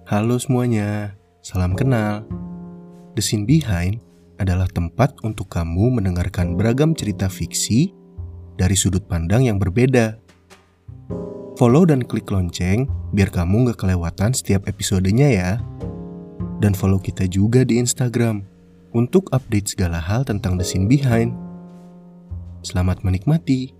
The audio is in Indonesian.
Halo semuanya, salam kenal. The Scene Behind adalah tempat untuk kamu mendengarkan beragam cerita fiksi dari sudut pandang yang berbeda. Follow dan klik lonceng biar kamu gak kelewatan setiap episodenya ya. Dan follow kita juga di Instagram untuk update segala hal tentang The Scene Behind. Selamat menikmati.